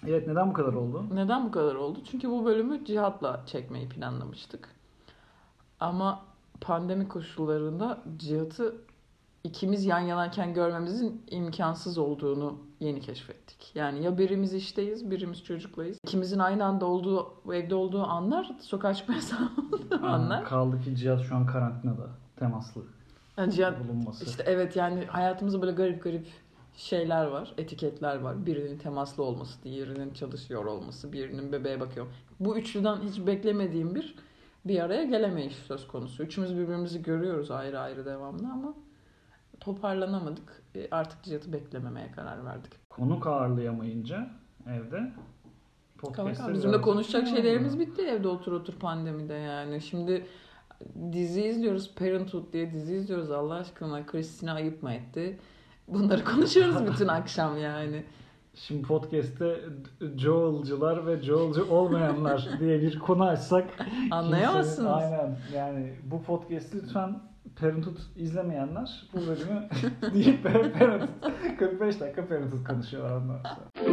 Evet, neden bu kadar oldu? Neden bu kadar oldu? Çünkü bu bölümü Cihat'la çekmeyi planlamıştık. Ama pandemi koşullarında Cihat'ı ikimiz yan yanayken görmemizin imkansız olduğunu yeni keşfettik. Yani ya birimiz işteyiz, birimiz çocuklayız. İkimizin aynı anda evde olduğu anlar, sokağa çıkma yasağı olduğu anlar. Kaldı ki Cihat şu an karantinada. Temaslı Yani Cihat, bulunması. işte evet, yani hayatımızda böyle garip garip şeyler var, etiketler var. Birinin temaslı olması, diğerinin çalışıyor olması, birinin bebeğe bakıyor. Bu üçlüden hiç beklemediğim bir araya gelemeyiş söz konusu. Üçümüz birbirimizi görüyoruz ayrı ayrı devamlı ama toparlanamadık. Artık Cihat'ı beklememeye karar verdik. Konuk ağırlayamayınca evde podcast'te Bizim de konuşacak şeylerimiz oldu. bitti evde otur pandemide yani. Şimdi dizi izliyoruz, Parenthood diye dizi izliyoruz, Allah aşkına. Christine ayıp mı etti? Bunları konuşuyoruz bütün akşam yani. Şimdi podcast'te Joel'cılar ve Joel'cı olmayanlar diye bir konu açsak Anlayamazsınız. Aynen, yani bu podcast'i lütfen Parenthood izlemeyenler bu bölümü deyip Parenthood 45 dakika Parenthood konuşuyorlar ondan sonra.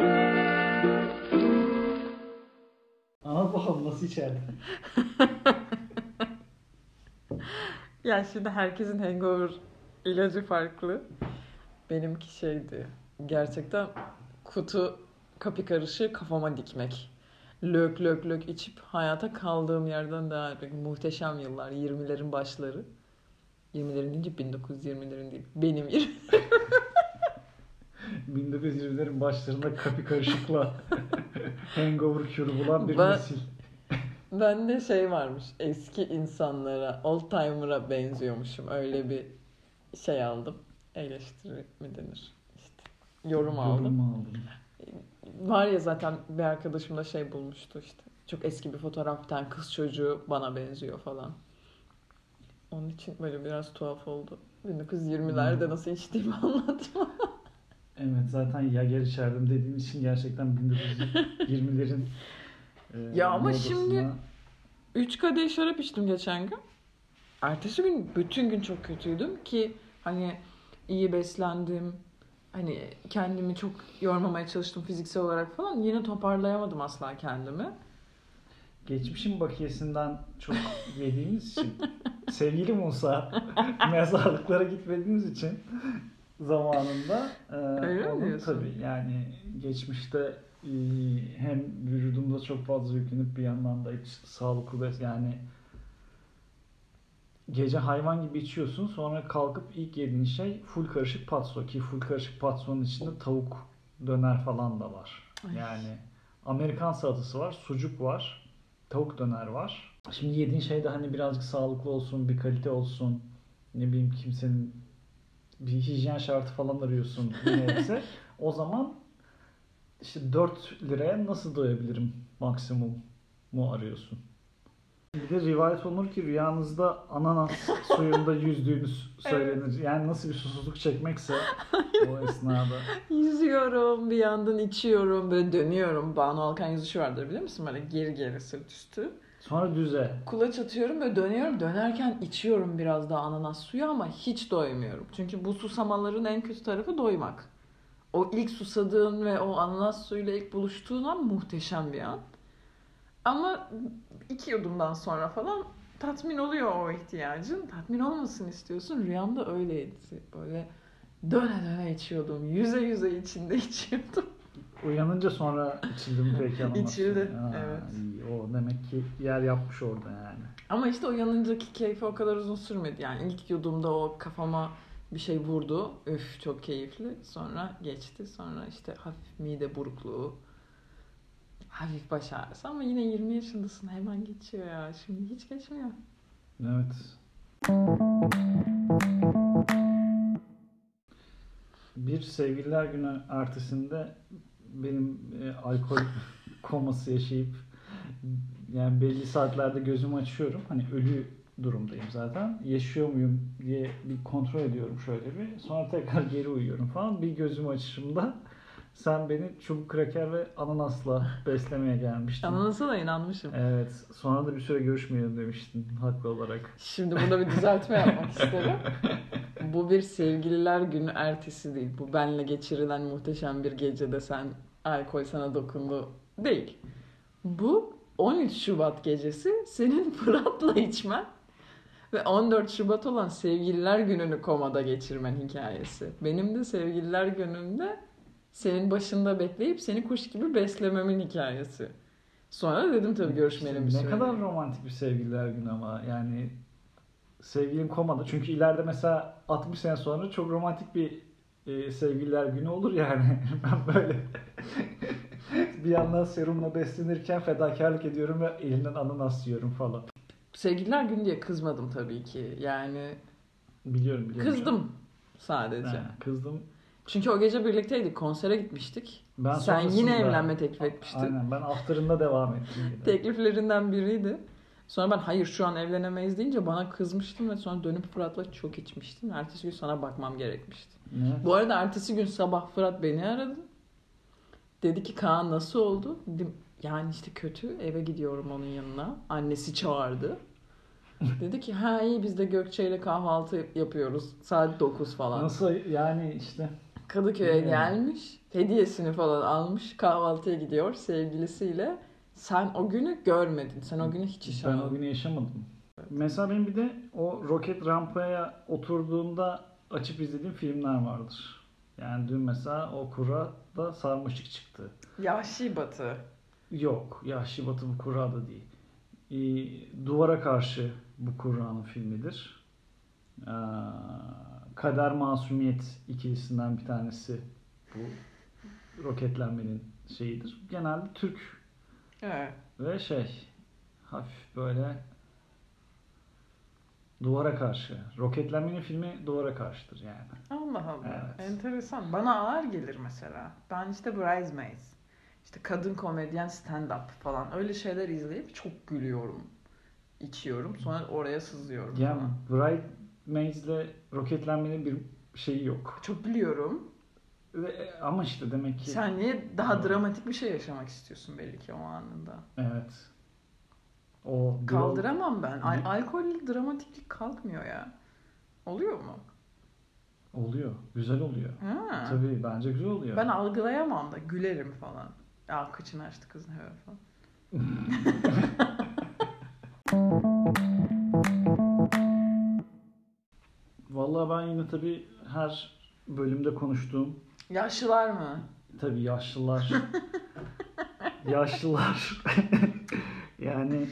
Ana bakalım nasıl içerdi? Ya şimdi herkesin hangover ilacı farklı. Benimki şeydi. Gerçekten kutu kapı karışı kafama dikmek. Lök lök lök içip hayata kaldığım yerden devam etmek. Muhteşem yıllar. 20'lerin başları. 20'lerin deyince 1920'lerin değil. Benim 20. 1920'lerin başlarında kapı karışıkla hangover cure'u bulan bir Ben- nesil. Bende şey varmış. Eski insanlara, old timer'a benziyormuşum. Öyle bir şey aldım. Eleştiri mi denir? İşte yorum aldım. Yorum aldım. Var ya, zaten bir arkadaşım da şey bulmuştu işte. Çok eski bir fotoğraftan kız çocuğu bana benziyor falan. Onun için böyle biraz tuhaf oldu. 1920'lerde nasıl içtiğimi anlatma. Evet, zaten yager içerdim dediğin için gerçekten 1920'lerin Ya ama modasına... şimdi 3 kadeh şarap içtim geçen gün. Ertesi gün bütün gün çok kötüydüm ki hani iyi beslendim. Hani kendimi çok yormamaya çalıştım fiziksel olarak falan. Yine toparlayamadım asla kendimi. Geçmişin bakiyesinden çok yediğimiz için sevgili Musa mezarlıklara gitmediğimiz için zamanında Öyle mi onun diyorsun? tabii yani geçmişte hem vücudumda çok fazla yüklenip bir yandan da hiç sağlıklı yani gece hayvan gibi içiyorsun, sonra kalkıp ilk yediğin şey full karışık patso, ki full karışık patsonun içinde tavuk döner falan da var. Ay. Yani Amerikan salatası var, sucuk var, tavuk döner var. Şimdi yediğin şey de hani birazcık sağlıklı olsun, bir kalite olsun. Ne bileyim, kimsenin bir hijyen şartı falan arıyorsun neyse. O zaman işte 4 liraya nasıl doyabilirim maksimum mu arıyorsun. Bir de rivayet olunur ki rüyanızda ananas suyunda yüzdüğünüz söylenir. Yani nasıl bir susuzluk çekmekse o esnada. Yüzüyorum, bir yandan içiyorum, böyle dönüyorum. Banu Alkan yüzüşü vardır, bilir misin? Böyle geri geri sırt üstü. Sonra düze. Kulaç atıyorum ve dönüyorum. Dönerken içiyorum biraz daha ananas suyu ama hiç doymuyorum. Çünkü bu susamaların en kötü tarafı doymak. O ilk susadığın ve o ananas suyuyla ilk buluştuğun an muhteşem bir an. Ama 2 yudumdan sonra falan tatmin oluyor o ihtiyacın. Tatmin olmasını istiyorsun. Rüyamda öyleydi. Böyle döne döne içiyordum. Yüze yüze içinde içiyordum. Uyanınca sonra içildi mi peki ananas? İçildi, Ha, evet. iyi. O demek ki yer yapmış orada yani. Ama işte uyanıncaki keyfi o kadar uzun sürmedi. Yani ilk yudumda o kafama bir şey vurdu. Üf, çok keyifli. Sonra geçti. Sonra işte hafif mide burukluğu. Hafif baş ağrısı. Ama yine 20 yaşındasın. Hemen geçiyor ya. Şimdi hiç geçmiyor. Evet. Bir sevgililer günü ertesinde benim alkol koması yaşayıp yani belli saatlerde gözümü açıyorum. Hani ölü durumdayım zaten. Yaşıyor muyum diye bir kontrol ediyorum şöyle bir. Sonra tekrar geri uyuyorum falan. Bir gözümü açışımda sen beni çubuk kraker ve ananasla beslemeye gelmiştin. Ananasa da inanmışım. Evet. Sonra da bir süre görüşmeyelim demiştin haklı olarak. Şimdi burada bir düzeltme yapmak isterim. Bu bir sevgililer günü ertesi değil. Bu benle geçirilen muhteşem bir gecede sen alkol sana dokundu değil. Bu 13 Şubat gecesi senin Fırat'la içmen ve 14 Şubat olan Sevgililer Günü'nü komada geçirmen hikayesi. Benim de Sevgililer Günü'nde senin başında bekleyip seni kuş gibi beslememin hikayesi. Sonra dedim tabii görüşmeyelim bir Ne süre. kadar romantik bir sevgililer günü ama yani sevgilin komada. Çünkü ileride mesela 60 sene sonra çok romantik bir sevgililer günü olur yani. Ben böyle bir yandan serumla beslenirken fedakarlık ediyorum ve elinden ananas yiyorum falan. Sevgililer Günü diye kızmadım tabii ki. Yani Biliyorum. kızdım sadece. He, kızdım. Çünkü o gece birlikteydik. Konsere gitmiştik. Ben Sen yine sonrasında- evlenme teklif etmiştin. Aynen, ben after'ında devam ettim. yine. Tekliflerinden biriydi. Sonra ben hayır şu an evlenemeyiz deyince bana kızmıştın ve sonra dönüp Fırat'la çok içmiştin. Ertesi gün sana bakmam gerekmişti. Ne? Bu arada ertesi gün sabah Fırat beni aradı. Dedi ki Kaan nasıl oldu? Dedim yani işte kötü, eve gidiyorum onun yanına. Annesi çağırdı. Dedi ki ha iyi biz de Gökçe ile kahvaltı yapıyoruz. Saat 9 falan. Nasıl yani işte. Kadıköy'e Yani. gelmiş. Hediyesini falan almış. Kahvaltıya gidiyor sevgilisiyle. Sen o günü görmedin. Sen o günü hiç Ben yaşamadın. o günü yaşamadım. Mesela benim bir de o roket rampaya oturduğumda açıp izlediğim filmler vardır. Yani dün mesela o kurada sarmaşık çıktı. Yahşi Batı. Yok, Yahşi Batı bu kura da değil. Duvara Karşı bu kuranın filmidir. Kader Masumiyet ikilisinden bir tanesi bu roketlenmenin şeyidir. Genelde Türk Evet. ve hafif böyle Duvara Karşı. Roketlenmenin filmi Duvara Karşı'dır yani. Allah Allah. Evet. Enteresan. Bana ağır gelir mesela. Ben işte Bridesmaids, işte kadın komedyen stand-up falan öyle şeyler izleyip çok gülüyorum. İçiyorum. Sonra oraya sızıyorum Yani falan. Bridesmaids'le Roketlenmenin bir şeyi yok. Çok biliyorum. Ama işte demek ki... Sen niye daha Evet. dramatik bir şey yaşamak istiyorsun belli ki o anında. Evet. O Kaldıramam ben. Alkolle dramatiklik kalkmıyor ya. Oluyor mu? Oluyor. Güzel oluyor. Ha. Tabii bence güzel oluyor. Ben algılayamam da gülerim falan. Ya kıçını açtı kızın hemen falan. Vallahi ben yine tabii her bölümde konuştuğum Yaşlılar mı? tabii yaşlılar yaşlılar yani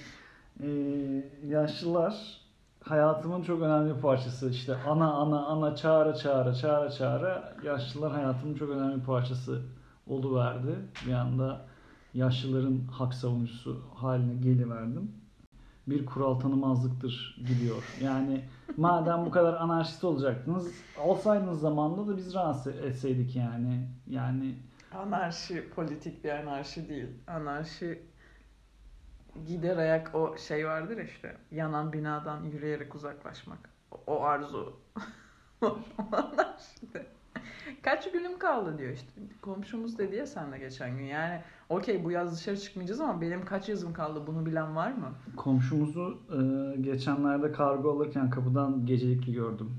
yaşlılar hayatımın çok önemli bir parçası. İşte ana çağıra yaşlılar hayatımın çok önemli bir parçası oluverdi. Bir anda yaşlıların hak savunucusu haline geliverdim. Bir kural tanımazlıktır gidiyor. Yani madem bu kadar anarşist olacaktınız, alsaydınız zamanında da biz rahatsız etseydik yani. Yani Anarşi politik bir anarşi değil. Anarşi gider ayak o şey vardır ya işte. Yanan binadan yürüyerek uzaklaşmak. O arzu. O anarşi. Kaç günüm kaldı diyor işte. Komşumuz dedi ya sen de geçen gün. Yani okey bu yaz dışarı çıkmayacağız ama benim kaç yazım kaldı bunu bilen var mı? komşumuzu geçenlerde kargo alırken kapıdan gecelikli gördüm.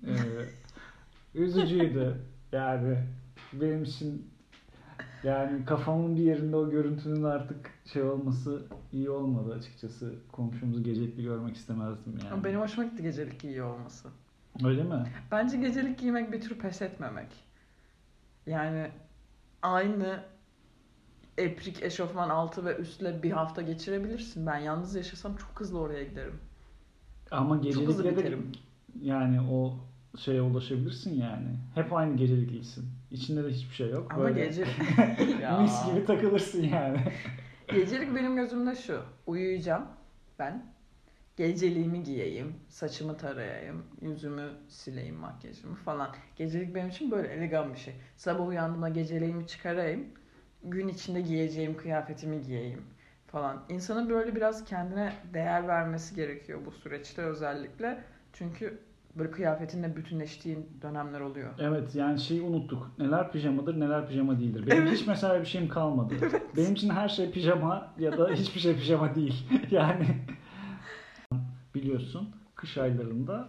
Üzücüydü yani benim için, yani kafamın bir yerinde o görüntünün artık şey olması iyi olmadı açıkçası. Komşumuzu gecelikli görmek istemezdim yani. Ama benim hoşuma gitti gecelik giyiyor olması. Öyle mi? Bence gecelik giymek bir tür pes etmemek. Yani aynı eprik eşofman altı ve üstle bir hafta geçirebilirsin. Ben yalnız yaşasam çok hızlı oraya giderim. Ama Çok hızlı gecelikle de biterim. yani o şeye ulaşabilirsin yani. Hep aynı geceliklisin. İçinde de hiçbir şey yok. Ama Böyle gece... Ya. mis gibi takılırsın yani. Gecelik benim gözümde şu. Uyuyacağım ben. Geceliğimi giyeyim. Saçımı tarayayım. Yüzümü sileyim. Makyajımı falan. Gecelik benim için böyle elegan bir şey. Sabah uyandığımda geceliğimi çıkarayım. Gün içinde giyeceğim kıyafetimi giyeyim falan. İnsanın böyle biraz kendine değer vermesi gerekiyor bu süreçte özellikle. Çünkü böyle kıyafetinle bütünleştiğin dönemler oluyor. Evet yani şeyi unuttuk. Neler pijamadır, neler pijama değildir. Benim hiç mesela bir şeyim kalmadı. Benim için her şey pijama ya da hiçbir şey pijama değil. Yani biliyorsun kış aylarında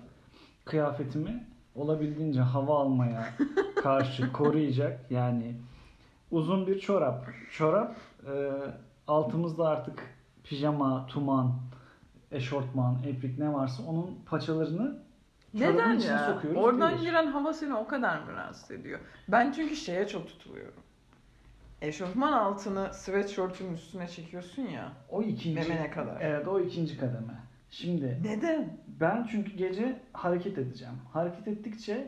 kıyafetimi olabildiğince hava almaya karşı koruyacak, yani uzun bir çorap. Altımızda artık pijama, tuman, eşortman, eprik ne varsa onun paçalarını çorabın Neden içine ya? sokuyoruz. Oradan Bir. giren hava seni o kadar mı rahatsız ediyor? Ben çünkü şeye çok tutuluyorum. Eşofman altını sweatshirt'ün üstüne çekiyorsun ya. O ikinci. Memene kadar. Evet, o ikinci kademe. Şimdi Neden? ben çünkü gece hareket edeceğim. Hareket ettikçe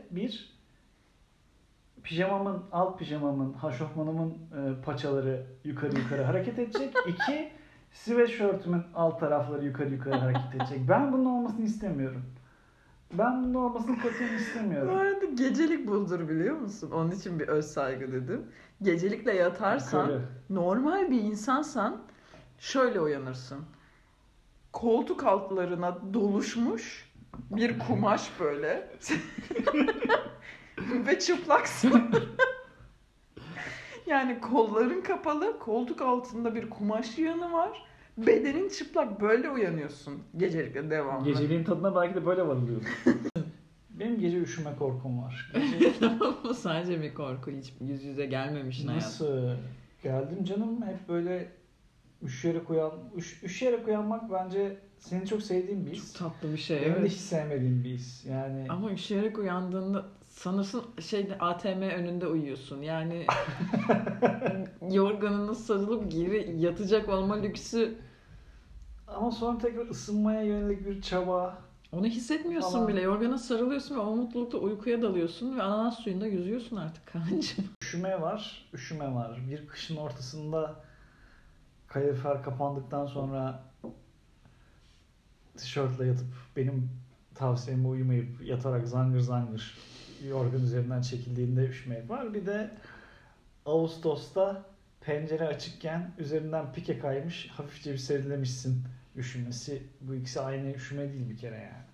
alt pijamamın, haşofmanımın paçaları yukarı hareket edecek. 2, sweatshirt'imin alt tarafları yukarı hareket edecek. Ben bunun olmasını istemiyorum. Ben bunun olmasını katiyen Bu istemiyorum. arada gecelik buldur biliyor musun? Onun için bir öz saygı dedim. Gecelikle yatarsan, Yukarı. normal bir insansan şöyle uyanırsın. Koltuk altlarına doluşmuş bir kumaş böyle. Ve çıplaksın. Yani kolların kapalı, koltuk altında bir kumaş yığını var. Bedenin çıplak, böyle uyanıyorsun gecelikle devamlı. Geceliğin tadına belki de böyle varılıyordu. Benim gece üşüme korkum var. Bu sadece bir korku. Hiç yüz yüze gelmemişsin hayatım. Nasıl? Geldim canım, hep böyle üşüyerek uyanmak bence senin çok sevdiğin bir his. Çok tatlı bir şey. Benim de Evet. hiç sevmediğim bir his. Yani Ama üşüyerek uyandığında sanırsın ATM önünde uyuyorsun. Yani yorganına sarılıp geri yatacak olma lüksü, ama sonra tekrar ısınmaya yönelik bir çaba. onu hissetmiyorsun Tamam. bile. Yorgana sarılıyorsun ve o mutlulukta uykuya dalıyorsun ve ananas suyunda yüzüyorsun artık kancım. Üşüme var. Bir kışın ortasında kalorifer kapandıktan sonra tişörtle yatıp benim tavsiyeme uymayıp yatarak zangır zangır yorgan üzerinden çekildiğinde üşümek var. Bir de Ağustos'ta pencere açıkken üzerinden pike kaymış, hafifçe bir serinlemişsin üşümesi. Bu ikisi aynı üşüme değil bir kere yani.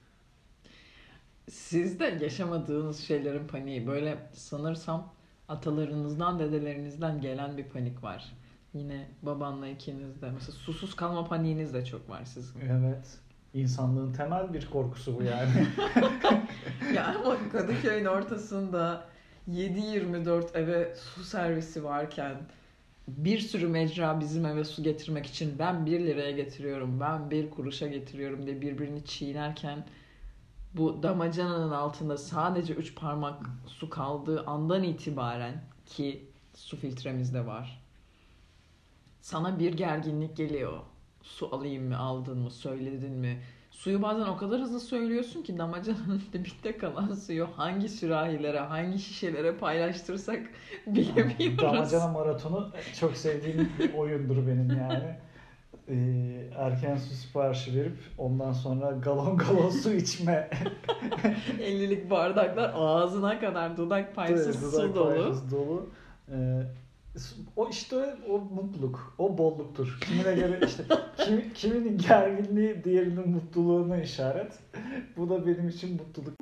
Sizde yaşamadığınız şeylerin paniği, böyle sanırsam atalarınızdan, dedelerinizden gelen bir panik var. Yine babanla ikinizde. Mesela susuz kalma paniğiniz de çok var sizin. Evet. İnsanlığın temel bir korkusu bu yani. Ya ama Kadıköy'ün ortasında 7/24 eve su servisi varken, bir sürü mecra bizim eve su getirmek için ben 1 liraya getiriyorum, ben 1 kuruşa getiriyorum diye birbirini çiğnerken, bu damacananın altında sadece 3 parmak su kaldığı andan itibaren, ki su filtremiz de var, sana bir gerginlik geliyor. Su alayım mı, aldın mı, söyledin mi? Suyu bazen o kadar hızlı söylüyorsun ki damacananın dibinde kalan suyu hangi sürahilere, hangi şişelere paylaştırsak bilemiyoruz. Damacana maratonu çok sevdiğim bir oyundur benim yani. Erken su siparişi verip ondan sonra galon galon su içme. 50'lik bardaklar ağzına kadar, dudak payısız su dolu. Paylaşız dolu. O işte o mutluluk, o bolluktur. Kimine göre işte kiminin gerginliği diğerinin mutluluğuna işaret. Bu da benim için mutluluk.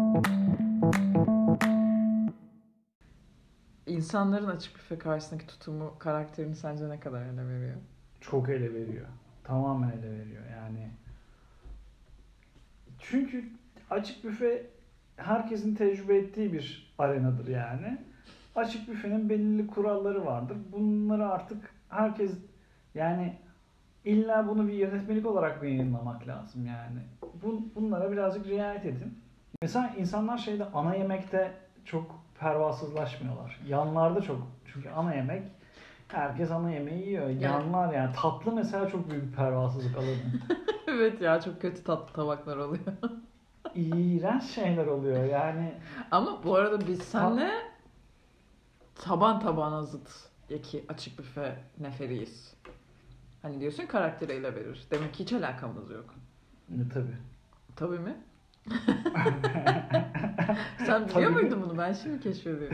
İnsanların açık büfe karşısındaki tutumu karakterini sence ne kadar ele veriyor? Çok ele veriyor. Tamamen ele veriyor yani. Çünkü açık büfe herkesin tecrübe ettiği bir arenadır yani. Açık büfenin belirli kuralları vardır. Bunları artık herkes, yani illa bunu bir yönetmelik olarak mı yayınlamak lazım yani. Bunlara birazcık riayet edin. Mesela insanlar ana yemekte çok pervasızlaşmıyorlar. Yanlarda çok. Çünkü ana yemek, herkes ana yemeği yiyor. Yanlar yani tatlı mesela çok büyük bir pervasızlık alanı. Evet ya, çok kötü tatlı tabaklar oluyor. İğrenç şeyler oluyor yani. Ama bu arada biz seninle taban tabana zıt iki açık büfe neferiyiz. Hani diyorsun karakteriyle verir. Demek ki hiç alakamız yok. Tabii. Tabii mi? Sen biliyor Tabii. muydun bunu? Ben şimdi keşfediyorum.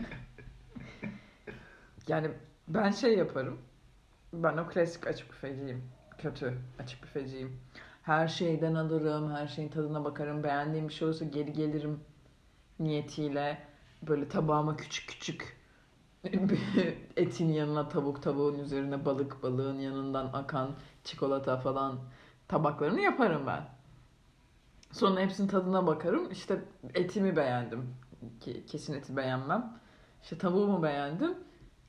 Yani ben yaparım. Ben o klasik açık büfeciyim. Kötü açık büfeciyim. Her şeyden alırım, her şeyin tadına bakarım. Beğendiğim bir şey olursa geri gelirim niyetiyle. Böyle tabağıma küçük küçük etin yanına tavuk, tavuğun üzerine balık, balığın yanından akan çikolata falan tabaklarını yaparım ben. Sonra hepsinin tadına bakarım. İşte etimi beğendim. Kesin eti beğenmem. İşte tavuğumu beğendim.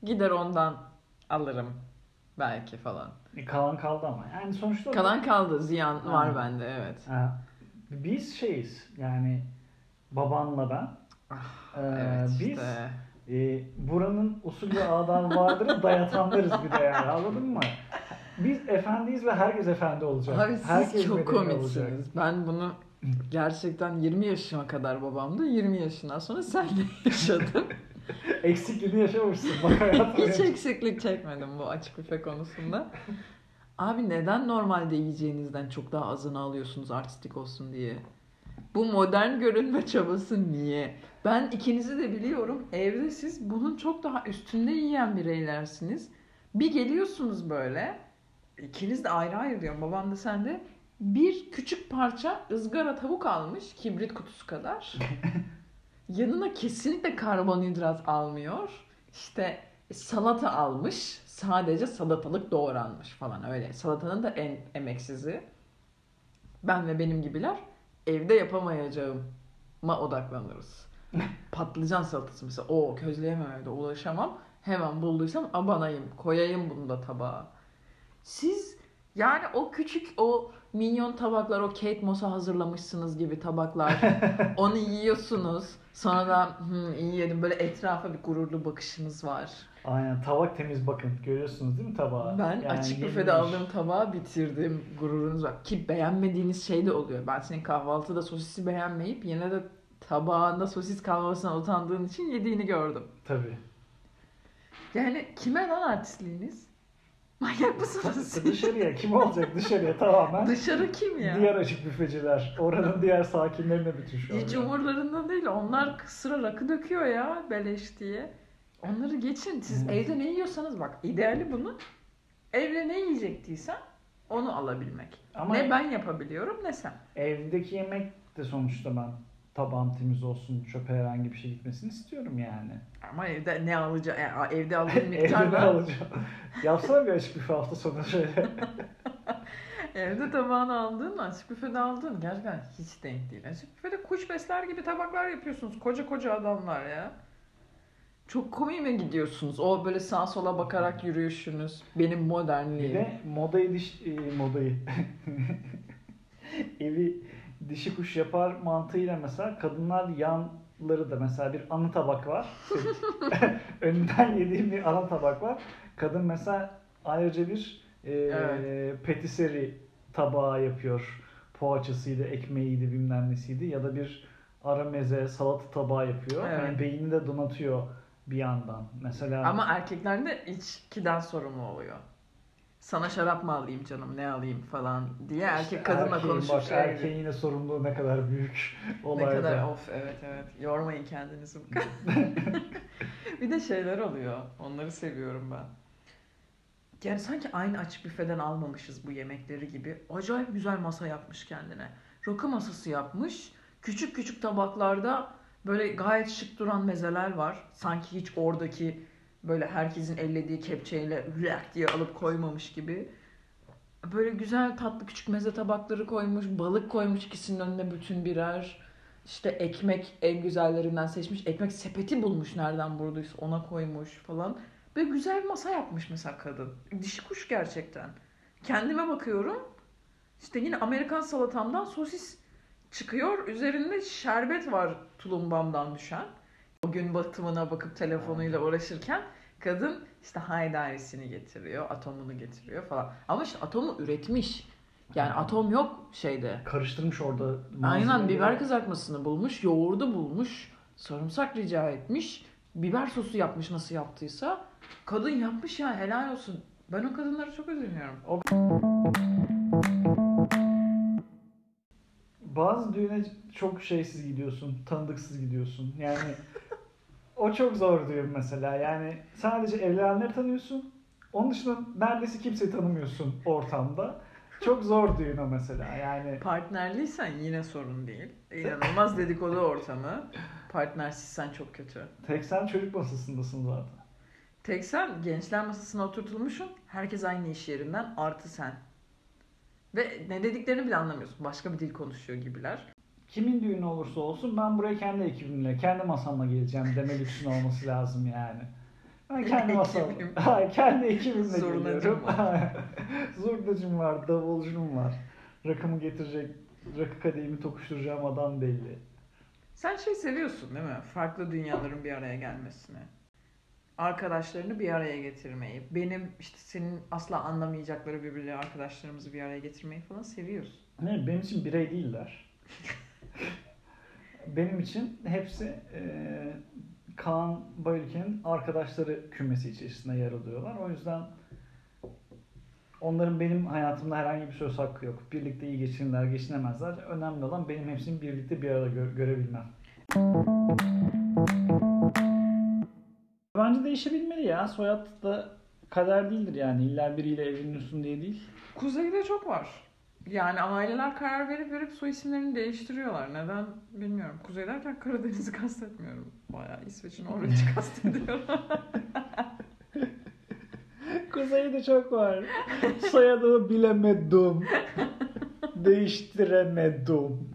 Gider ondan alırım belki falan. Kalan kaldı ama. Yani sonuçta Kalan kaldı. Ziyan var Ha. bende, evet. Biz şeyiz yani babanla ben. Evet Biz işte. buranın usul ve adabı vardır dayatanlarız bir de yani, anladın mı? Biz efendiyiz ve herkes efendi olacak. Abi siz Herkes çok medeni olacak. komiksiniz. Ben bunu gerçekten 20 yaşıma kadar babamdı. 20 yaşından sonra sen de yaşadın. Eksikliğini yaşamışsın. Bak hayatım. Hiç eksiklik çekmedim bu açık büfe konusunda. Abi neden normalde yiyeceğinizden çok daha azını alıyorsunuz artistik olsun diye? Bu modern görünme çabası niye? Ben ikinizi de biliyorum. Evde siz bunun çok daha üstünde yiyen bireylersiniz. Bir geliyorsunuz böyle. İkiniz de ayrı ayrı diyorum. Babam da sen de. Bir küçük parça ızgara tavuk almış. Kibrit kutusu kadar. Yanına kesinlikle karbonhidrat almıyor. İşte salata almış. Sadece salatalık doğranmış falan öyle. Salatanın da en emeksizi. Ben ve benim gibiler evde yapamayacağıma odaklanırız. Patlıcan salatası mesela. O közleyemem evde, ulaşamam. Hemen bulduysam abanayım. Koyayım bunu da tabağa. Siz yani o küçük o minyon tabaklar, o Kate Moss'a hazırlamışsınız gibi tabaklar. Onu yiyorsunuz. Sonra da iyi yedim. Böyle etrafa bir gururlu bakışınız var. Aynen, tabak temiz, bakın. Görüyorsunuz değil mi tabağı? Ben Yani açık yenilmiş. büfede aldığım tabağı bitirdim. Gururunuz var. Ki beğenmediğiniz şey de oluyor. Ben senin kahvaltıda sosisi beğenmeyip yine de tabağında sosis kalmasına utandığın için yediğini gördüm. Tabii. Yani kime lan artistliğiniz? Manyak mısınız siz? Dışarıya kim olacak, dışarıya tamamen. Dışarı kim ya? Diğer açık büfeciler. Oranın diğer sakinlerine bütün şu an. Hiç umurlarında değil. Onlar sıra rakı döküyor ya beleş diye. Onları geçin. Siz evde ne yiyorsanız bak. İdeali bunu. Evde ne yiyecektiysen onu alabilmek. Ama ne ben yapabiliyorum ne sen. evdeki yemek de sonuçta ben tabağım temiz olsun, çöpe herhangi bir şey gitmesini istiyorum yani. Ama evde ne alacağım? Evde aldığım Evde ne miktarla alacağım? Yapsana bir açık büfe hafta sonu şöyle. evde tabağını aldığın, açık büfede aldığın gerçekten hiç denk değil. Açık büfede kuş besler gibi tabaklar yapıyorsunuz. Koca koca adamlar ya. Çok komiğime gidiyorsunuz. O böyle sağa sola bakarak yürüyüşünüz. Benim Bir modernliğim. de modayı evi dişi kuş yapar mantığıyla mesela kadınlar yanları da mesela bir ana tabak var. Önünden yediğim bir ana tabak var. Kadın mesela ayrıca bir petiseri tabağı yapıyor. Poğaçasıydı, ekmeğiydi, bilmem nesiydi. Ya da bir ara meze, salata tabağı yapıyor. Evet. Hani beynini de donatıyor bir yandan. Mesela Ama erkekler de içkiden sorumlu oluyor. Sana şarap mı alayım canım, ne alayım falan diye erkek kadınla erkeğin, konuşup bak, şey erkeğin yine sorumluluğu ne kadar büyük ne olayda. kadar of, evet yormayın kendinizi bu kadar. Bir de şeyler oluyor. Onları seviyorum ben. Yani sanki aynı açık büfeden almamışız bu yemekleri gibi. Acayip güzel masa yapmış kendine. Rakı masası yapmış. Küçük küçük tabaklarda böyle gayet şık duran mezeler var. Sanki hiç oradaki böyle herkesin ellediği kepçeyle hülyak diye alıp koymamış gibi. Böyle güzel tatlı küçük meze tabakları koymuş. Balık koymuş ikisinin önüne bütün birer. İşte ekmek en güzellerinden seçmiş. Ekmek sepeti bulmuş nereden bulduysa ona koymuş falan. Böyle güzel bir masa yapmış mesela kadın. Dişi kuş gerçekten. Kendime bakıyorum. İşte yine Amerikan salatamdan sosis çıkıyor. Üzerinde şerbet var tulumbamdan düşen. O gün batımına bakıp telefonuyla uğraşırken kadın işte haydarisini getiriyor, atomunu getiriyor falan. Ama işte atomu üretmiş. Yani atom yok şeyde. Karıştırmış orada Aynen, malzemeleri. biber kızartmasını bulmuş, yoğurdu bulmuş, sarımsak rica etmiş, biber sosu yapmış nasıl yaptıysa. Kadın yapmış ya, helal olsun. Ben o kadınları çok özeniyorum. Bazı düğüne çok şeysiz gidiyorsun, tanıdıksız gidiyorsun. Yani o çok zor düğün mesela. Yani sadece evlenenleri tanıyorsun. Onun dışında neredeyse kimseyi tanımıyorsun ortamda. Çok zor düğün o mesela. Yani Partnerliysen yine sorun değil. İnanılmaz dedikodu ortamı. Partnersizsen çok kötü. tek sen çocuk masasındasın zaten. Tek sen gençler masasına oturtulmuşsun. Herkes aynı iş yerinden artı sen. Ve ne dediklerini bile anlamıyorsun. Başka bir dil konuşuyor gibiler. Kimin düğünü olursa olsun ben buraya kendi ekibimle, kendi masamla geleceğim deme lüksün olması lazım yani. Ben kendi masam. Ekibim. Kendi ekibimle Zurnacım geliyorum. var. Zurnacım var, davulcum var. Rakımı getirecek, rakı kadehimi tokuşturacağım adam belli. Sen şey seviyorsun değil mi? Farklı dünyaların bir araya gelmesini. Arkadaşlarını bir araya getirmeyi. Benim işte senin asla anlamayacakları birbirleri arkadaşlarımızı bir araya getirmeyi falan seviyorsun. Ne, benim için birey değiller. Benim için hepsi Kaan Bayülken'in arkadaşları kümesi içerisinde yer alıyorlar. O yüzden onların benim hayatımda herhangi bir söz hakkı yok. Birlikte iyi geçinirler, geçinemezler. Önemli olan benim hepsini birlikte bir arada görebilmem. Bence değişebilmeli ya. Soyad da kader değildir yani. İlla biriyle evleniyorsun diye değil. Kuzey'de çok var. Yani aileler karar verip soy isimlerini değiştiriyorlar. Neden bilmiyorum. Kuzey derken Karadeniz'i kastetmiyorum. Bayağı İsveç'in Norveç'i kastediyorum. Kuzeyde çok var. Soyadımı bilemedim. Değiştiremedim.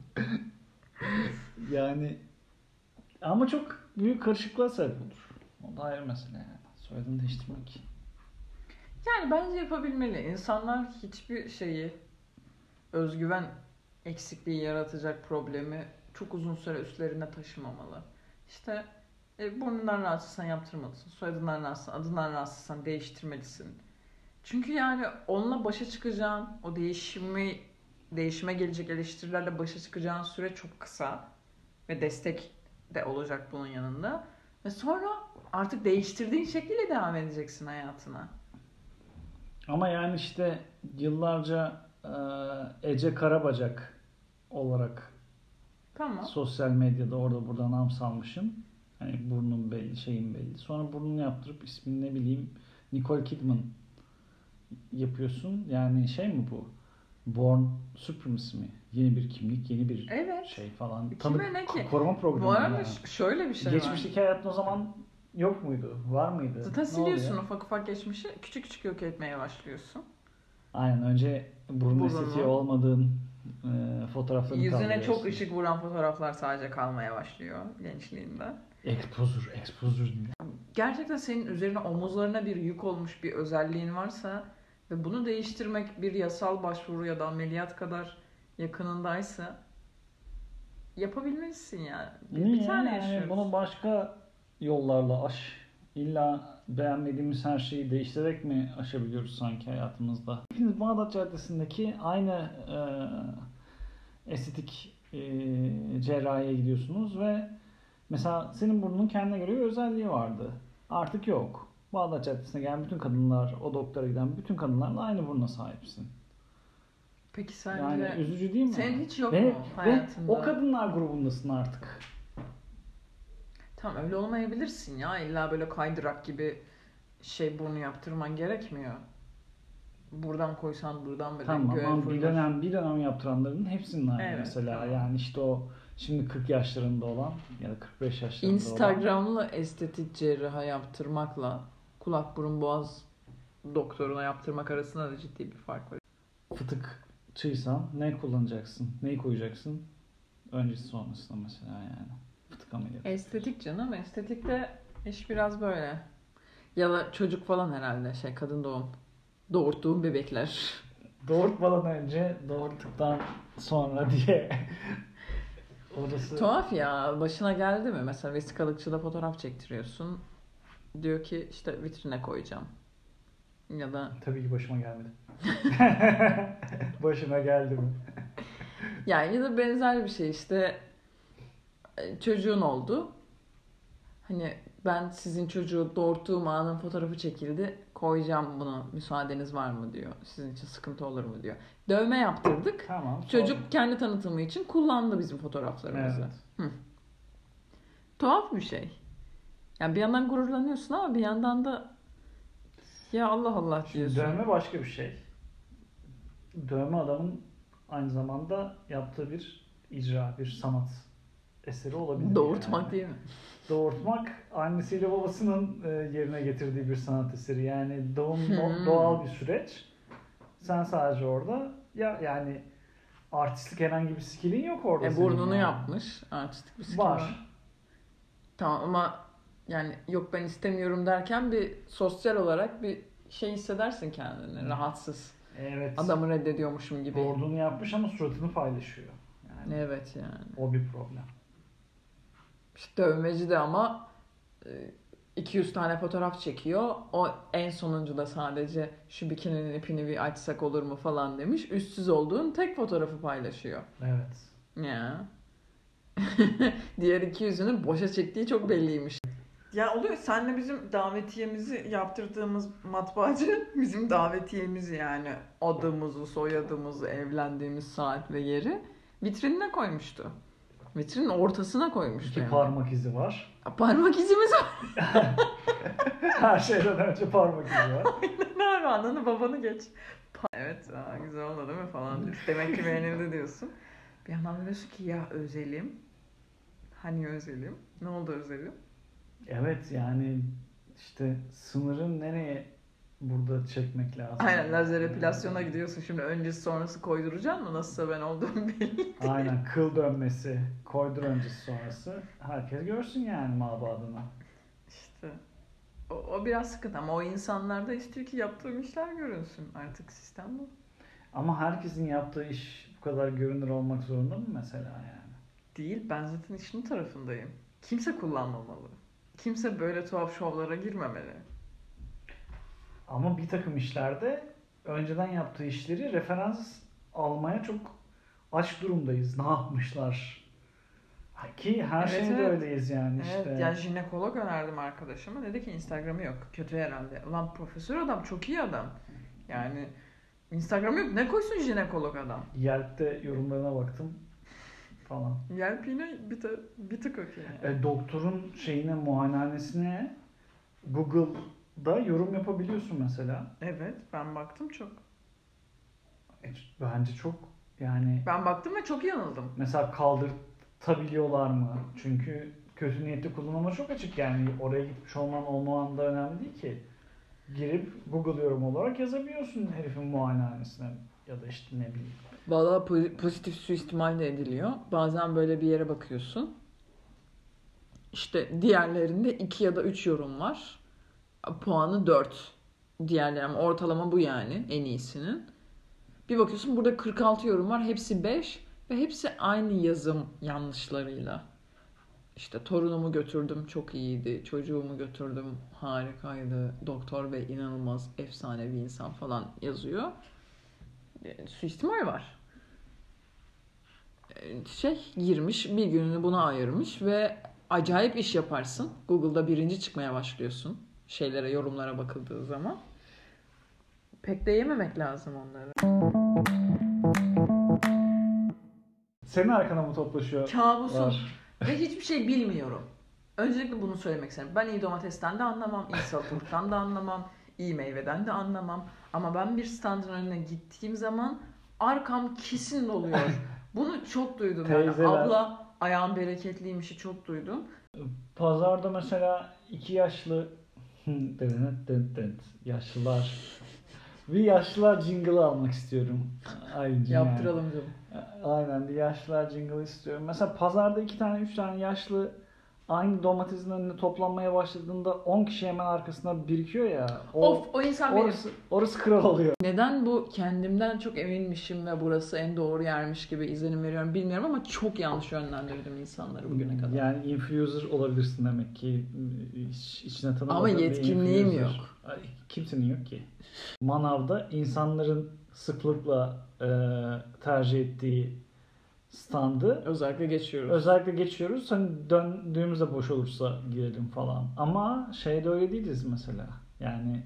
Yani ama çok büyük karışıklığa sebep olur. O da ayrı mesele yani. Soyadını değiştirmek. Yani bence yapabilmeli. İnsanlar hiçbir şeyi özgüven eksikliği yaratacak problemi çok uzun süre üstlerine taşımamalı. İşte burnundan rahatsızsan yaptırmalısın. Soyadından rahatsızsan, adından rahatsızsan değiştirmelisin. Çünkü yani onunla başa çıkacağın, o değişime gelecek eleştirilerle başa çıkacağın süre çok kısa. Ve destek de olacak bunun yanında. Ve sonra artık değiştirdiğin şekliyle devam edeceksin hayatına. Ama yani işte yıllarca Ece Karabacak olarak Tamam. sosyal medyada orada burada nam salmışım. Hani burnum belli, şeyim belli. Sonra burnunu yaptırıp ismini ne bileyim Nicole Kidman yapıyorsun. Yani şey mi bu? Born Supremacy mi? Yeni bir kimlik, yeni bir Evet. şey falan. Kime ne ki? Koruma programı. Bu arada yani. şöyle bir şey var. Geçmişteki hayatın o zaman yok muydu? Var mıydı? Zaten Ne siliyorsun oluyor? ufak ufak geçmişi. Küçük küçük yok etmeye başlıyorsun. Aynen, önce burun estetiği olmadığın fotoğraflarını Yüzüne kaldırıyorsun. çok ışık vuran fotoğraflar sadece kalmaya başlıyor gençliğinde. Exposure. Gerçekten senin üzerine omuzlarına bir yük olmuş bir özelliğin varsa ve bunu değiştirmek bir yasal başvuru ya da ameliyat kadar yakınındaysa yapabilmelisin yani. Bir tane yaşıyoruz. Bunu başka yollarla aş. İlla beğenmediğimiz her şeyi değiştirerek mi aşabiliyoruz sanki hayatımızda? Hepiniz Bağdat Caddesi'ndeki aynı estetik cerrahiye gidiyorsunuz ve mesela senin burnunun kendine göre bir özelliği vardı. Artık yok. Bağdat Caddesi'ne gelen bütün kadınlar, o doktora giden bütün kadınlarla aynı buruna sahipsin. Peki sence Yani üzücü değil mi? senin hiç yok ve, mu hayatında? Ve o kadınlar grubundasın artık. Tamam öyle olmayabilirsin ya. İlla böyle kaydırak gibi şey burnu yaptırman gerekmiyor. Buradan koysan buradan böyle Tamam göğe ama fırlar. bir dönem yaptıranların hepsinin aynı Evet, mesela. tamam. Yani işte o şimdi 40 yaşlarında olan ya da 45 yaşlarında olan Instagram'lı estetik cerraha yaptırmakla kulak burun boğaz doktoruna yaptırmak arasında da ciddi bir fark var. fıtıkçıysan ne kullanacaksın? Neyi koyacaksın? Öncesi sonrasında mesela yani. Fıtık ameliyatı. Estetik canım. Estetikte iş biraz böyle. Ya da çocuk falan herhalde kadın doğum. Doğurttuğum bebekler. Doğurtmadan önce, doğurttuktan sonra diye. Orası Tuhaf ya. Başına geldi mi? Mesela vesikalıkçıda fotoğraf çektiriyorsun. Diyor ki işte vitrine koyacağım. Ya da tabii ki başıma gelmedi. Başıma geldi mi? yani ya da benzer bir şey işte çocuğun oldu. Hani ben sizin çocuğu doğurttuğum anın fotoğrafı çekildi. Koyacağım bunu. Müsaadeniz var mı diyor. Sizin için sıkıntı olur mu diyor. Dövme yaptırdık. Tamam. Çocuk kendi tanıtımı için kullandı bizim fotoğraflarımızı. Evet. Tuhaf bir şey. Yani bir yandan gururlanıyorsun ama bir yandan da ya Allah Allah diyorsun. Dövme başka bir şey. Dövme adamın aynı zamanda yaptığı bir icra, bir sanat eseri olabilir. Doğurtmak yani. değil mi? Doğurtmak annesiyle babasının yerine getirdiği bir sanat eseri. Yani doğum doğal bir süreç. Sen sadece orada yani artistlik herhangi bir skillin yok orada. Burnunu yapmış. Artistik bir skill var. Tamam ama Yani yok ben istemiyorum derken bir sosyal olarak bir şey hissedersin kendini. Rahatsız. Evet. Adamı reddediyormuşum gibi. Doğruluğunu yapmış ama suratını paylaşıyor. Yani Evet yani. o bir problem. İşte dövmeci de ama 200 tane fotoğraf çekiyor. O en sonuncu da sadece şu bikininin ipini bir açsak olur mu falan demiş. Üstsüz olduğun tek fotoğrafı paylaşıyor. Evet. Ya. Diğer 200'ünü boşa çektiği çok belliymiş. Ya oluyor. Senle bizim davetiyemizi yaptırdığımız matbaacı bizim davetiyemizi yani adımızı, soyadımızı, evlendiğimiz saat ve yeri vitrinine koymuştu. Vitrinin ortasına koymuştu. İki yani. parmak izi var. Parmak izimiz var. Her şeyden önce parmak izi var. Ne abi ananı babanı geç. Evet güzel oldu değil mi falan diyorsun. Demek ki beğenildi diyorsun. Bir yandan diyorsun ki ya özelim. Hani özelim? Ne oldu özelim? Evet yani işte sınırı nereye burada çekmek lazım? Aynen lazer epilasyona gidiyorsun şimdi öncesi sonrası koyduracaksın mı? Nasılsa ben olduğum belli. Aynen kıl dönmesi, koydur öncesi sonrası. Herkes görsün yani mabadını. İşte o biraz sıkıntı ama o insanlar da istiyor ki yaptığım işler görünsün. Artık sistem bu. Ama herkesin yaptığı iş bu kadar görünür olmak zorunda mı mesela yani? Değil ben zaten işin tarafındayım. Kimse kullanmamalı. Kimse böyle tuhaf şovlara girmemeli. Ama bir takım işlerde önceden yaptığı işleri referans almaya çok aç durumdayız. Ne yapmışlar? Ki her Evet, şeyde evet. öyleyiz yani Evet, işte. yani jinekolog önerdim arkadaşıma. Dedi ki Instagram'ı yok. Kötü herhalde. Ulan profesör adam, çok iyi adam. Yani Instagram'ı yok. Ne koysun jinekolog adam? Yelp'te yorumlarına baktım falan. Yelp yine bir tık okey. Yani. Doktorun şeyine, muayenehanesine Google'da yorum yapabiliyorsun mesela. Evet, ben baktım çok. Bence çok yani Ben baktım ve çok yanıldım. mesela kaldırtabiliyorlar mı? Çünkü kötü niyetli kullanıma çok açık yani. Oraya gitmiş olman olmaman da önemli değil ki. Girip Google yorum olarak yazabiliyorsun herifin muayenehanesine ya da işte ne bileyim. Valla pozitif suistimal de ediliyor. Bazen böyle bir yere bakıyorsun. İşte diğerlerinde 2 ya da 3 yorum var. Puanı 4. Diğerleri ama ortalama bu yani en iyisinin. Bir bakıyorsun burada 46 yorum var. Hepsi 5 ve hepsi aynı yazım yanlışlarıyla. İşte torunumu götürdüm çok iyiydi. Çocuğumu götürdüm harikaydı. Doktor bey inanılmaz efsane bir insan falan yazıyor. Suistimal var. Girmiş bir gününü buna ayırmış ve acayip iş yaparsın. Google'da birinci çıkmaya başlıyorsun. Şeylere, yorumlara bakıldığı zaman. Pek de yememek lazım onları. Senin arkana mı toplaşıyor? Kabusum. Var. Ve hiçbir şey bilmiyorum. Öncelikle bunu söylemek isterim. Ben iyi domatesten de anlamam, iyi salatalıktan da anlamam, iyi meyveden de anlamam. Ama ben bir standın önüne gittiğim zaman arkam kesin doluyor. Bunu çok duydum yani. Teyzeler. Abla ayağın bereketliymişi çok duydum. Pazarda mesela iki yaşlı yaşlılar. Bir yaşlılar jingle almak istiyorum. Ayrıca Yaptıralım canım. Aynen bir yaşlılar jingle istiyorum. Mesela pazarda 2 tane 3 tane yaşlı aynı domatesin önüne toplanmaya başladığında 10 kişi hemen arkasına birikiyor ya. O insan benim. Orası kral oluyor. Neden bu kendimden çok eminmişim ve burası en doğru yermiş gibi izlenim veriyorum bilmiyorum ama çok yanlış yönlendirdim insanları bugüne kadar. Yani influencer olabilirsin demek ki. İçine tanımadığın Ama yetkinliğim influencer. yok. Kimsenin yok ki. Manavda insanların sıklıkla tercih ettiği standı Özellikle geçiyoruz. Hani döndüğümüzde boş olursa girelim falan. Ama şeyde öyle değiliz mesela. Yani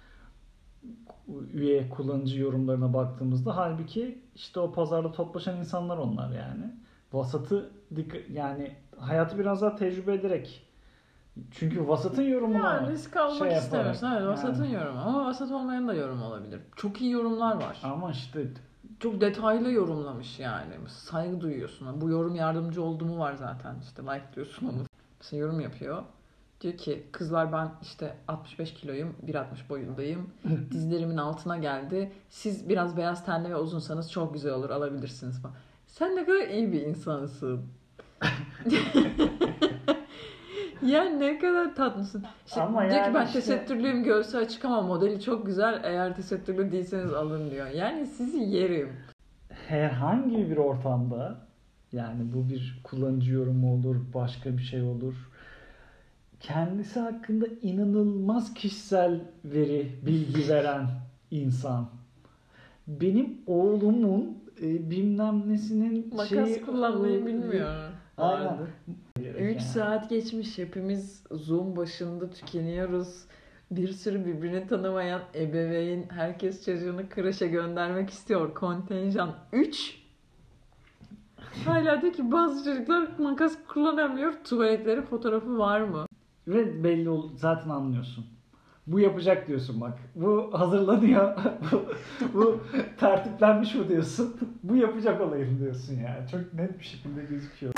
üye kullanıcı yorumlarına baktığımızda halbuki işte o pazarda toplaşan insanlar onlar yani. Vasatı yani hayatı biraz daha tecrübe ederek. Çünkü vasatın yorumuna yani risk almak şey istemiyorsun. Evet, vasatın yani. yorumu. Ama vasat olmayan da yorum olabilir. Çok iyi yorumlar var. Ama işte Çok detaylı yorumlamış yani. Saygı duyuyorsun. Bu yorum yardımcı oldu mu var zaten. İşte like diyorsun onu. Mesela yorum yapıyor. Diyor ki kızlar ben işte 65 kiloyum, 1.60 boyundayım. Dizlerimin altına geldi. Siz biraz beyaz tenli ve uzunsanız çok güzel olur, alabilirsiniz falan. Sen ne kadar iyi bir insansın. Ya ne kadar tatlısın. İşte Ama diyor yani ki ben işte- tesettürlüyüm, göğsü açık ama modeli çok güzel. Eğer tesettürlü değilseniz alın diyor. Yani sizi yerim. Herhangi bir ortamda, yani bu bir kullanıcı yorumu olur, başka bir şey olur, kendisi hakkında inanılmaz kişisel bilgi veren insan. Benim oğlumun bilmem nesinin Makas kullanmayı bilmiyor. Aynen. Vardı. 3 Yani. saat geçmiş, hepimiz Zoom başında tükeniyoruz. Bir sürü birbirini tanımayan ebeveyn, herkes çocuğunu kreşe göndermek istiyor. Kontenjan 3. Hala diyor ki bazı çocuklar makas kullanamıyor. Tuvaletleri fotoğrafı var mı? Ve belli zaten anlıyorsun. Bu yapacak diyorsun bak. Bu hazırlanıyor. bu tertiplenmiş mi diyorsun. Bu yapacak olayım diyorsun yani. Çok net bir şekilde gözüküyor.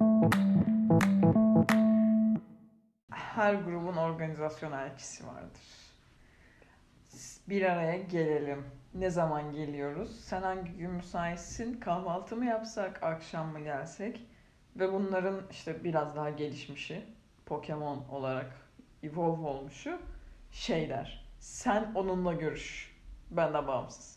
Her grubun organizasyon elçisi vardır. Bir araya gelelim. Ne zaman geliyoruz? Sen hangi gün müsaitsin? Kahvaltı mı yapsak, akşam mı gelsek? Ve bunların işte biraz daha gelişmişi, Pokemon olarak evolve olmuşu şey der. Sen onunla görüş. Benden bağımsız.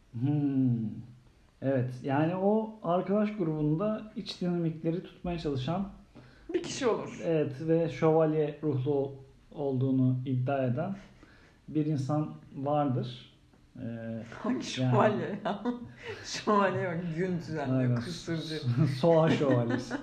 Evet, yani o arkadaş grubunda iç dinamikleri tutmaya çalışan Bir kişi olur. evet ve şövalye ruhlu olduğunu iddia eden bir insan vardır. Hangi şövalye ya? Şövalye yok. Gün düzenliyor. Aynen. Kısırcı. Soğan şövalyesi.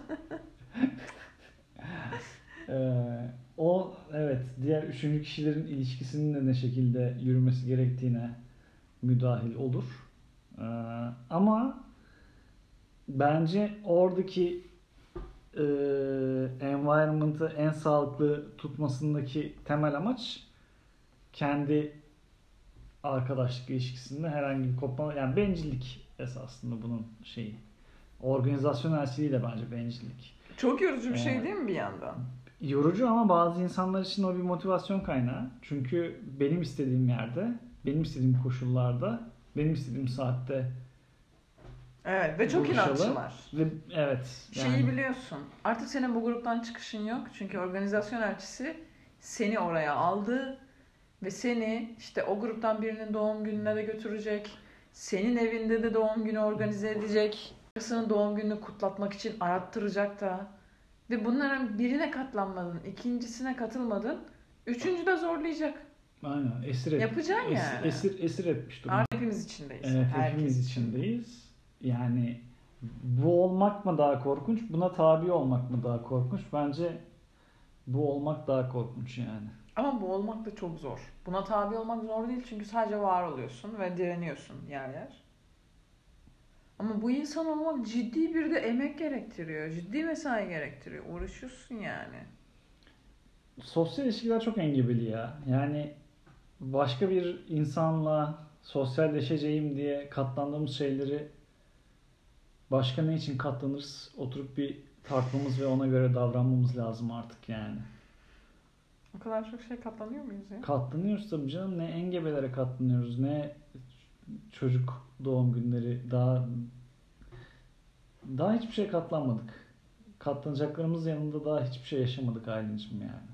O evet diğer üçüncü kişilerin ilişkisinin de ne şekilde yürümesi gerektiğine müdahil olur. Ama bence oradaki environment'ı en sağlıklı tutmasındaki temel amaç kendi arkadaşlık ilişkisinde herhangi bir kopma, yani bencillik esasında bunun şeyi. Organizasyon elçiliği de bence bencillik. Çok yorucu bir şey değil mi bir yandan? Yorucu ama bazı insanlar için o bir motivasyon kaynağı. Çünkü benim istediğim yerde, benim istediğim koşullarda, benim istediğim saatte Evet ve çok buluşalım. inatçılar. Ve evet. Yani... Şeyi biliyorsun. Artık senin bu gruptan çıkışın yok. Çünkü organizasyon elçisi seni oraya aldı ve seni işte o gruptan birinin doğum gününe de götürecek. Senin evinde de doğum günü organize edecek. Başkasının doğum gününü kutlatmak için arattıracak da. Ve bunların birine katlanmadın, ikincisine katılmadın. Üçüncü de zorlayacak. Aynen. Yapacaksın yani. Esir etmiş durumda. Artık hepimiz içindeyiz. Evet, Herkes hepimiz içindeyiz. Yani bu olmak mı daha korkunç, buna tabi olmak mı daha korkunç? Bence bu olmak daha korkunç yani. Ama bu olmak da çok zor. Buna tabi olmak zor değil çünkü sadece var oluyorsun ve direniyorsun yer yer. Ama bu insan olmak ciddi bir de emek gerektiriyor. Ciddi mesai gerektiriyor. Uğraşıyorsun yani. Sosyal ilişkiler çok engebeli ya. Yani başka bir insanla sosyalleşeceğim diye katlandığımız şeyleri başka ne için katlanırız? Oturup bir tartmamız ve ona göre davranmamız lazım artık yani. O kadar çok şey katlanıyor muyuz ya? Katlanıyoruz tabii canım. Ne engebelere katlanıyoruz, ne çocuk doğum günleri, daha hiçbir şey katlanmadık. Katlanacaklarımız yanında daha hiçbir şey yaşamadık Aylin'cim yani.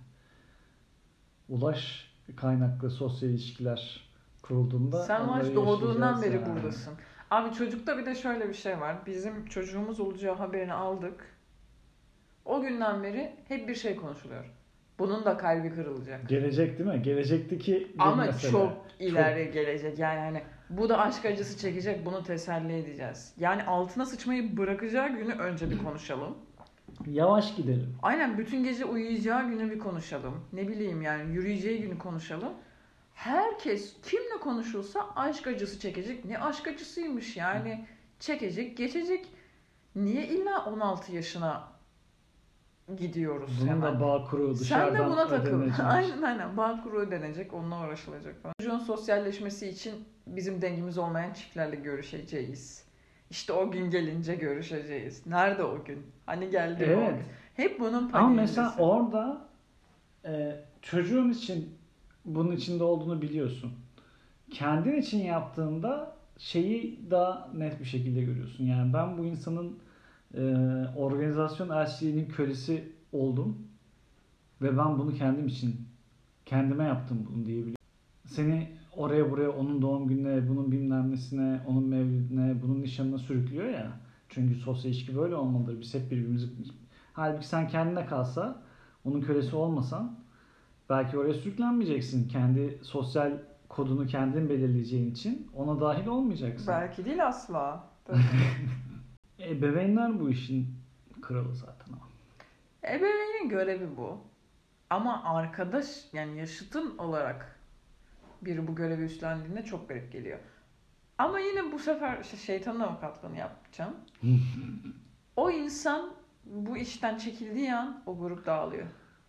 Ulaş kaynaklı sosyal ilişkiler kurulduğunda Sen Ulaş onları doğduğundan yaşayacağız beri yani. buradasın. Abi çocukta bir de şöyle bir şey var. Bizim çocuğumuz olacağı haberini aldık. O günden beri hep bir şey konuşuluyor. Bunun da kalbi kırılacak. Gelecek değil mi? Gelecekteki bir Ama mesele. çok ileri gelecek. Yani hani bu da aşk acısı çekecek. Bunu teselli edeceğiz. Yani altına sıçmayı bırakacağı günü önce bir konuşalım. Yavaş gidelim. Aynen bütün gece uyuyacağı günü bir konuşalım. Ne bileyim yani yürüyeceği günü konuşalım. Herkes kimle konuşulsa aşk acısı çekecek. Ne aşk acısıymış yani. Çekecek, geçecek. Niye illa 16 yaşına gidiyoruz Bunun hemen? da Bağkur'u dışarıdan Sen de buna takıl. ödenecek. Aynen. Bağkuru ödenecek. Onunla uğraşılacak falan. Çocuğun sosyalleşmesi için bizim dengimiz olmayan çiftlerle görüşeceğiz. İşte o gün gelince görüşeceğiz. Nerede o gün? Hani geldi o Evet. gün. Hep bunun Ama paniğindesin. mesela orada çocuğun için bunun içinde olduğunu biliyorsun. Kendin için yaptığında şeyi daha net bir şekilde görüyorsun. Yani ben bu insanın organizasyon elçiliğinin kölesi oldum. Ve ben bunu kendim için, kendime yaptım bunu diyebiliyorum. Seni oraya buraya, onun doğum gününe, bunun bilmem nesine, onun mevlidine, bunun nişanına sürüklüyor ya. Çünkü sosyal ilişki böyle olmalıdır. Biz hep birbirimizi... Halbuki sen kendine kalsa, onun kölesi olmasan belki oraya sürüklenmeyeceksin. Kendi sosyal kodunu kendin belirleyeceğin için ona dahil olmayacaksın. Belki değil asla. Ebeveynler bu işin kralı zaten. Ebeveynin görevi bu. Ama arkadaş, yani yaşıtın olarak biri bu görevi üstlendiğinde çok garip geliyor. Ama yine bu sefer işte şeytanın avukatlığını yapacağım. O insan bu işten çekildiği an o grup dağılıyor.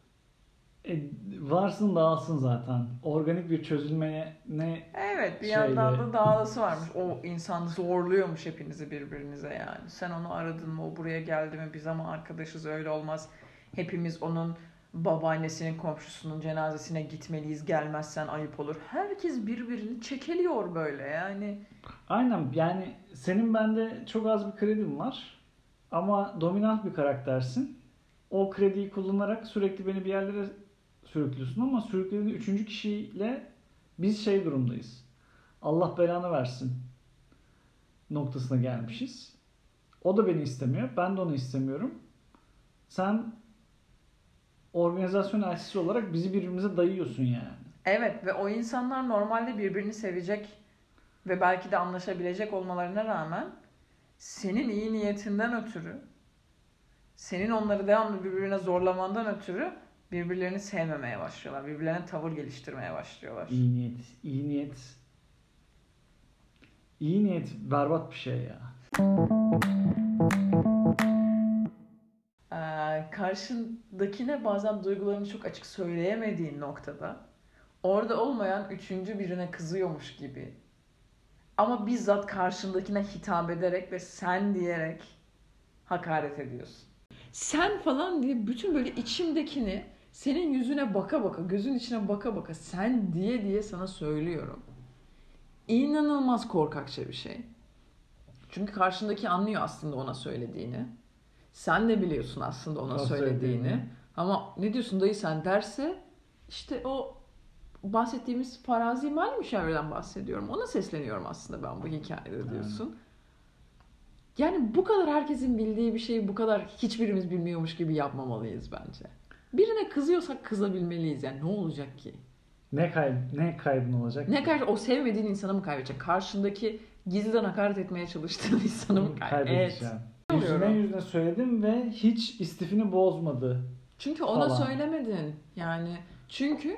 Varsın dağılsın zaten. Organik bir çözülmeye ne Evet, bir yandan da dağılısı varmış. O insan zorluyormuş hepinizi birbirinize yani. Sen onu aradın mı, o buraya geldi mi, biz ama arkadaşız, öyle olmaz. Hepimiz onun babaannesinin, komşusunun cenazesine gitmeliyiz, gelmezsen ayıp olur. Herkes birbirini çekeliyor böyle yani. Aynen, yani senin bende çok az bir kredin var ama dominant bir karaktersin. O krediyi kullanarak sürekli beni bir yerlere sürüklüyorsun ama sürüklediğin üçüncü kişiyle biz şey durumdayız. Allah belanı versin noktasına gelmişiz. O da beni istemiyor. Ben de onu istemiyorum. Sen organizasyon elçisi olarak bizi birbirimize dayıyorsun yani. Evet ve o insanlar normalde birbirini sevecek ve belki de anlaşabilecek olmalarına rağmen senin iyi niyetinden ötürü, senin onları devamlı birbirine zorlamandan ötürü birbirlerini sevmemeye başlıyorlar. Birbirlerine tavır geliştirmeye başlıyorlar. İyi niyet berbat bir şey ya. Karşındakine bazen duygularını çok açık söyleyemediğin noktada orada olmayan üçüncü birine kızıyormuş gibi ama bizzat karşındakine hitap ederek ve sen diyerek hakaret ediyorsun. Sen falan diye bütün böyle içimdekini senin yüzüne baka baka, gözün içine baka baka sen diye sana söylüyorum. İnanılmaz korkakça bir şey. Çünkü karşındaki anlıyor aslında ona söylediğini. Sen de biliyorsun aslında ona söylediğini. Ama ne diyorsun dayı sen derse işte o bahsettiğimiz farazi mal müşavirden bahsediyorum. Ona sesleniyorum aslında ben bu hikayede diyorsun. Yani bu kadar herkesin bildiği bir şeyi bu kadar hiçbirimiz bilmiyormuş gibi yapmamalıyız bence. Birine kızıyorsak kızabilmeliyiz yani ne olacak ki? Ne kaybın olacak? O sevmediğin insanı mı kaybedecek? Karşındaki gizliden hakaret etmeye çalıştığın insanı mı kaybedecek? Yüzüne söyledim ve hiç istifini bozmadı. Çünkü ona söylemedin. Yani çünkü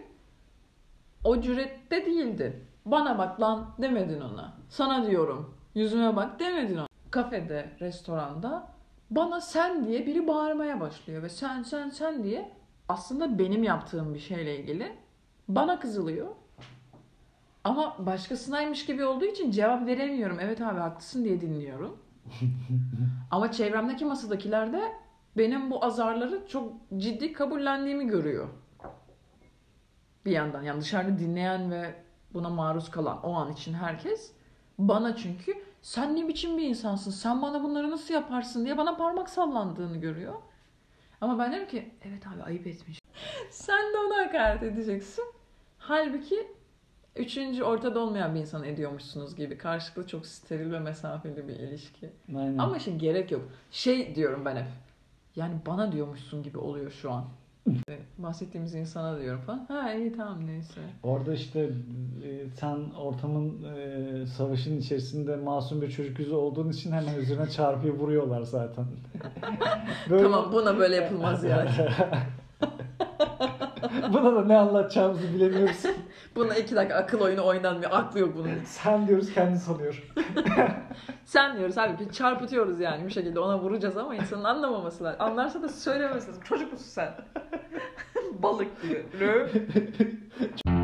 o cürette değildin. Bana bak lan demedin ona. Sana diyorum yüzüme bak demedin ona. Kafede, restoranda bana sen diye biri bağırmaya başlıyor ve sen diye aslında benim yaptığım bir şeyle ilgili bana kızılıyor. Ama başkasınaymış gibi olduğu için cevap veremiyorum. Evet abi haklısın diye dinliyorum. Ama çevremdeki masadakiler de benim bu azarları çok ciddi kabullendiğimi görüyor. Bir yandan yani dışarıda dinleyen ve buna maruz kalan o an için herkes bana çünkü sen ne biçim bir insansın, sen bana bunları nasıl yaparsın diye bana parmak sallandığını görüyor. Ama ben diyorum ki evet abi ayıp etmiş. Sen de ona hakaret edeceksin. Halbuki üçüncü ortada olmayan bir insan ediyormuşsunuz gibi. Karşılıklı çok steril ve mesafeli bir ilişki. Aynen. Ama işte gerek yok. Şey diyorum ben hep. Yani bana diyormuşsun gibi oluyor şu an. Bahsettiğimiz insana diyorum falan. Ha iyi tamam neyse. Orada işte sen ortamın savaşın içerisinde masum bir çocuk yüzü olduğun için hemen üzerine çarpıyı vuruyorlar zaten. Böyle... Tamam buna böyle yapılmaz yani. Buna da ne anlatacağımızı bilemiyoruz. Buna 2 dakika akıl oyunu oynanmıyor. Aklı yok bunun. Sen diyoruz kendi sanıyor. Sen diyoruz halbuki çarpıtıyoruz yani bir şekilde ona vuracağız ama insanın anlamaması lazım. Anlarsa da söylemesi lazım. Çocuk musun sen? Balık diyor.